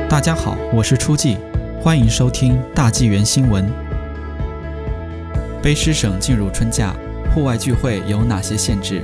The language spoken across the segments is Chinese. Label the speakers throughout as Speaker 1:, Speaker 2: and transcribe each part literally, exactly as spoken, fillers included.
Speaker 1: 大家好，我是初季，欢迎收听大纪元新闻。卑诗省进入春假，户外聚会有哪些限制？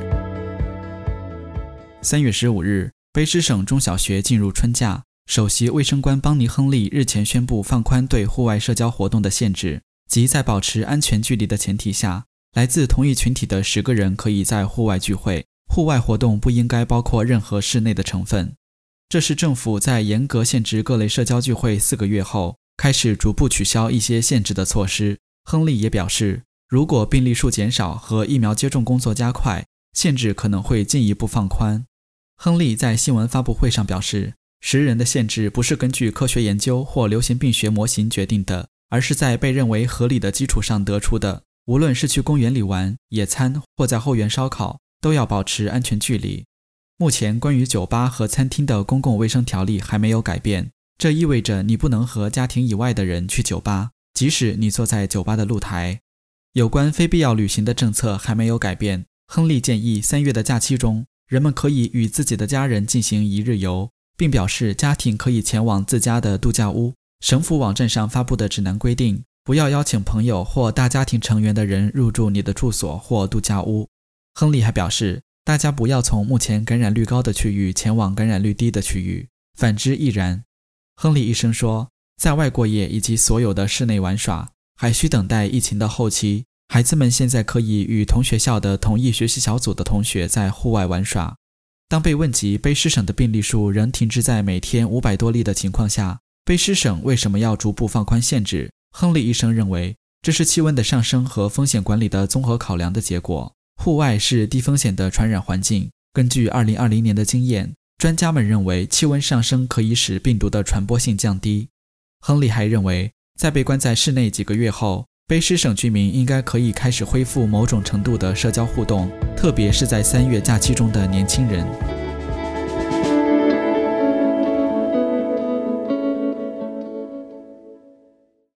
Speaker 1: 三月十五日，卑诗省中小学进入春假，首席卫生官邦尼·亨利日前宣布放宽对户外社交活动的限制，即在保持安全距离的前提下，来自同一群体的十个人可以在户外聚会，户外活动不应该包括任何室内的成分。这是政府在严格限制各类社交聚会四个月后，开始逐步取消一些限制的措施。亨利也表示，如果病例数减少和疫苗接种工作加快，限制可能会进一步放宽。亨利在新闻发布会上表示，十人的限制不是根据科学研究或流行病学模型决定的，而是在被认为合理的基础上得出的。无论是去公园里玩、野餐或在后园烧烤，都要保持安全距离。目前关于酒吧和餐厅的公共卫生条例还没有改变，这意味着你不能和家庭以外的人去酒吧，即使你坐在酒吧的露台。有关非必要旅行的政策还没有改变，亨利建议三月的假期中，人们可以与自己的家人进行一日游，并表示家庭可以前往自家的度假屋。省府网站上发布的指南规定，不要邀请朋友或大家庭成员的人入住你的住所或度假屋。亨利还表示，大家不要从目前感染率高的区域前往感染率低的区域，反之亦然。亨利医生说，在外过夜以及所有的室内玩耍，还需等待疫情的后期。孩子们现在可以与同学校的同一学习小组的同学在户外玩耍。当被问及卑诗省的病例数仍停滞在每天五百多例的情况下，卑诗省为什么要逐步放宽限制？亨利医生认为，这是气温的上升和风险管理的综合考量的结果。户外是低风险的传染环境，根据二零二零年的经验，专家们认为气温上升可以使病毒的传播性降低。亨利还认为，在被关在室内几个月后，卑诗省居民应该可以开始恢复某种程度的社交互动，特别是在三月假期中的年轻人。